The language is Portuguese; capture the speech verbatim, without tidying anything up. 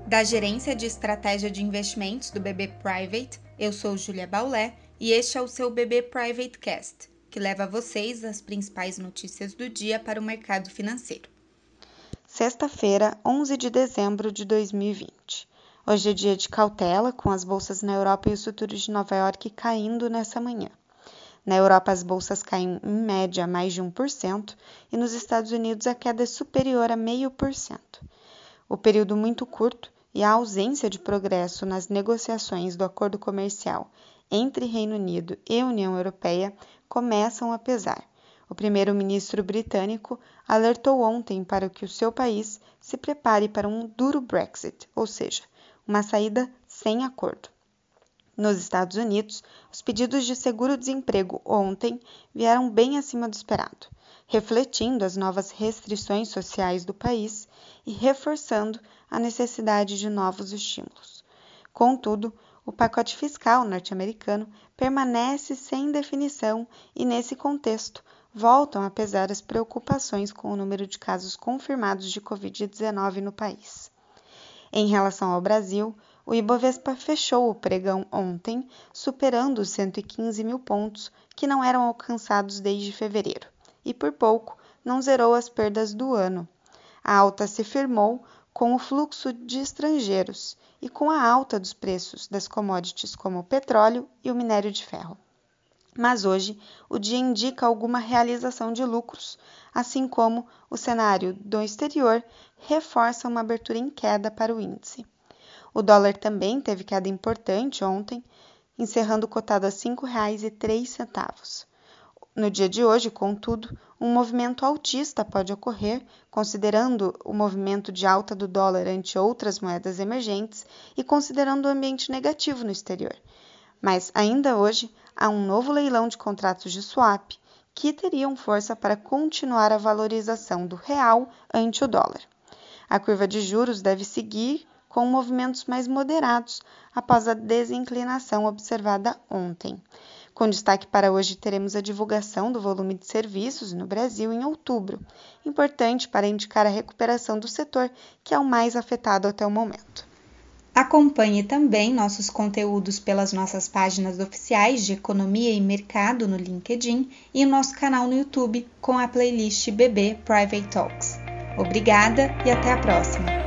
Da Gerência de Estratégia de Investimentos do B B Private, eu sou Júlia Baulé e este é o seu B B Private Cast, que leva a vocês as principais notícias do dia para o mercado financeiro. Sexta-feira, onze de dezembro de dois mil e vinte. Hoje é dia de cautela, com as bolsas na Europa e os futuros de Nova York caindo nessa manhã. Na Europa, as bolsas caem em média mais de um por cento e nos Estados Unidos a queda é superior a zero vírgula cinco por cento. O período muito curto e a ausência de progresso nas negociações do acordo comercial entre Reino Unido e União Europeia começam a pesar. O primeiro-ministro britânico alertou ontem para que o seu país se prepare para um duro Brexit, ou seja, uma saída sem acordo. Nos Estados Unidos, os pedidos de seguro-desemprego ontem vieram bem acima do esperado, refletindo as novas restrições sociais do país e reforçando a necessidade de novos estímulos. Contudo, o pacote fiscal norte-americano permanece sem definição e, nesse contexto, voltam a pesar as preocupações com o número de casos confirmados de covid dezenove no país. Em relação ao Brasil, o Ibovespa fechou o pregão ontem, superando os cento e quinze mil pontos que não eram alcançados desde fevereiro, e por pouco não zerou as perdas do ano. A alta se firmou com o fluxo de estrangeiros e com a alta dos preços das commodities como o petróleo e o minério de ferro. Mas hoje, o dia indica alguma realização de lucros, assim como o cenário do exterior reforça uma abertura em queda para o índice. O dólar também teve queda importante ontem, encerrando cotado a cinco reais e três centavos. No dia de hoje, contudo, um movimento altista pode ocorrer, considerando o movimento de alta do dólar ante outras moedas emergentes e considerando o ambiente negativo no exterior. Mas ainda hoje há um novo leilão de contratos de swap que teriam força para continuar a valorização do real ante o dólar. A curva de juros deve seguir com movimentos mais moderados após a desinclinação observada ontem. Com destaque para hoje, teremos a divulgação do volume de serviços no Brasil em outubro, importante para indicar a recuperação do setor, que é o mais afetado até o momento. Acompanhe também nossos conteúdos pelas nossas páginas oficiais de Economia e Mercado no LinkedIn e o nosso canal no YouTube com a playlist B B Private Talks. Obrigada e até a próxima!